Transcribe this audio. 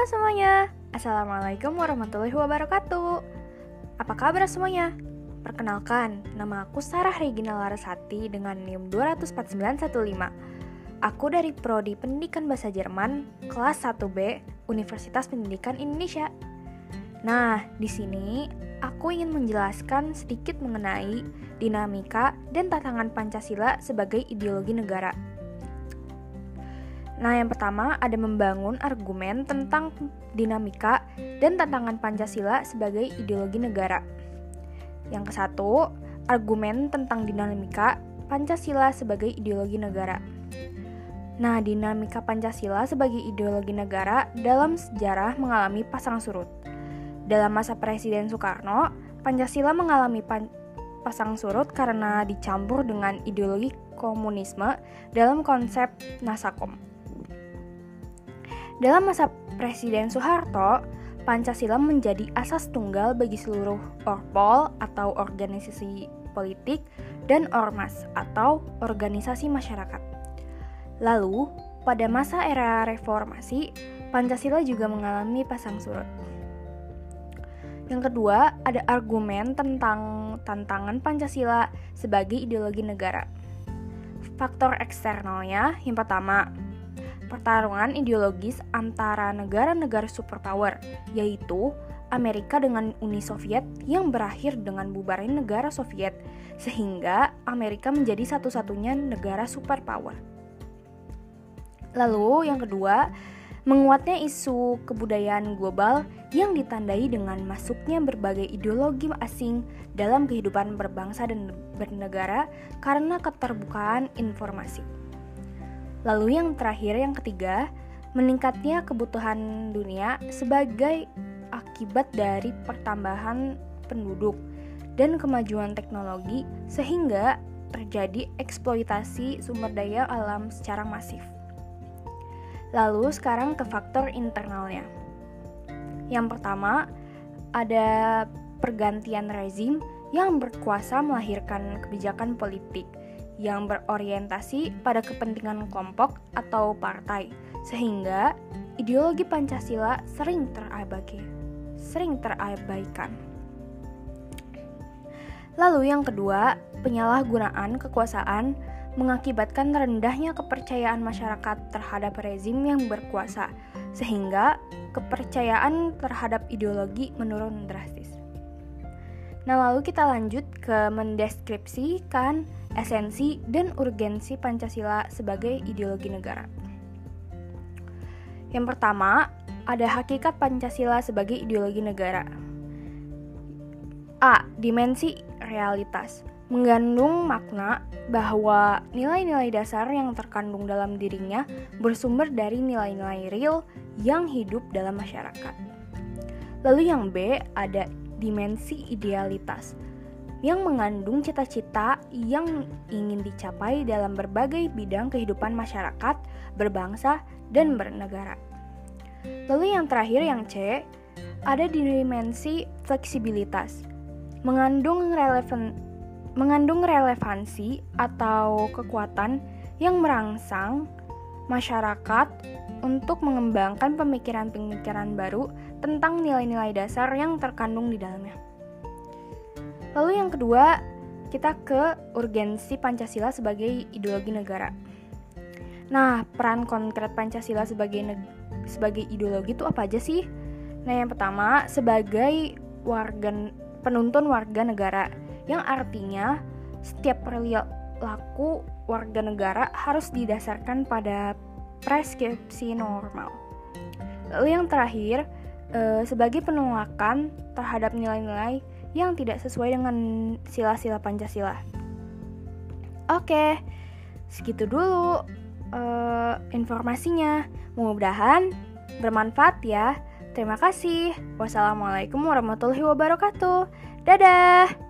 Halo semuanya, Assalamualaikum warahmatullahi wabarakatuh. Apa kabar semuanya? Perkenalkan, nama aku Sarah Regina Larasati dengan NIM 24915. Aku dari Prodi Pendidikan Bahasa Jerman, kelas 1B, Universitas Pendidikan Indonesia. Nah, di sini aku ingin menjelaskan sedikit mengenai dinamika dan tantangan Pancasila sebagai ideologi negara. Nah, yang pertama ada membangun argumen tentang dinamika dan tantangan Pancasila sebagai ideologi negara. Yang kesatu, argumen tentang dinamika Pancasila sebagai ideologi negara. Nah, dinamika Pancasila sebagai ideologi negara dalam sejarah mengalami pasang surut. Dalam masa Presiden Soekarno, Pancasila mengalami pasang surut karena dicampur dengan ideologi komunisme dalam konsep Nasakom. Dalam masa Presiden Soeharto, Pancasila menjadi asas tunggal bagi seluruh orpol atau organisasi politik dan ormas atau organisasi masyarakat. Lalu, pada masa era reformasi, Pancasila juga mengalami pasang surut. Yang kedua, ada argumen tentang tantangan Pancasila sebagai ideologi negara. Faktor eksternalnya, yang pertama, pertarungan ideologis antara negara-negara superpower, yaitu Amerika dengan Uni Soviet yang berakhir dengan bubarnya negara Soviet, sehingga Amerika menjadi satu-satunya negara superpower. Lalu yang kedua, menguatnya isu kebudayaan global yang ditandai dengan masuknya berbagai ideologi asing dalam kehidupan berbangsa dan bernegara karena keterbukaan informasi. Lalu yang terakhir, yang ketiga, meningkatnya kebutuhan dunia sebagai akibat dari pertambahan penduduk dan kemajuan teknologi sehingga terjadi eksploitasi sumber daya alam secara masif. Lalu sekarang ke faktor internalnya. Yang pertama, ada pergantian rezim yang berkuasa melahirkan kebijakan politik yang berorientasi pada kepentingan kelompok atau partai, sehingga ideologi Pancasila sering terabaikan. Lalu yang kedua, penyalahgunaan kekuasaan mengakibatkan rendahnya kepercayaan masyarakat terhadap rezim yang berkuasa, sehingga kepercayaan terhadap ideologi menurun drastis. Nah, lalu kita lanjut ke mendeskripsikan esensi dan urgensi Pancasila sebagai ideologi negara. Yang pertama, ada hakikat Pancasila sebagai ideologi negara. A. Dimensi realitas. Mengandung makna bahwa nilai-nilai dasar yang terkandung dalam dirinya bersumber dari nilai-nilai real yang hidup dalam masyarakat. Lalu yang B, ada dimensi idealitas yang mengandung cita-cita yang ingin dicapai dalam berbagai bidang kehidupan masyarakat, berbangsa, dan bernegara. Lalu yang terakhir, yang C, ada dimensi fleksibilitas, mengandung relevansi atau kekuatan yang merangsang masyarakat untuk mengembangkan pemikiran-pemikiran baru tentang nilai-nilai dasar yang terkandung di dalamnya. Lalu yang kedua, kita ke urgensi Pancasila sebagai ideologi negara. Nah, peran konkret Pancasila sebagai ideologi itu apa aja sih? Nah, yang pertama, sebagai penuntun warga negara, yang artinya setiap perilaku warga negara harus didasarkan pada preskripsi normal. Lalu yang terakhir, sebagai penolakan terhadap nilai-nilai yang tidak sesuai dengan sila-sila Pancasila. Oke, segitu dulu informasinya. Mudah-mudahan bermanfaat ya. Terima kasih. Wassalamualaikum warahmatullahi wabarakatuh. Dadah.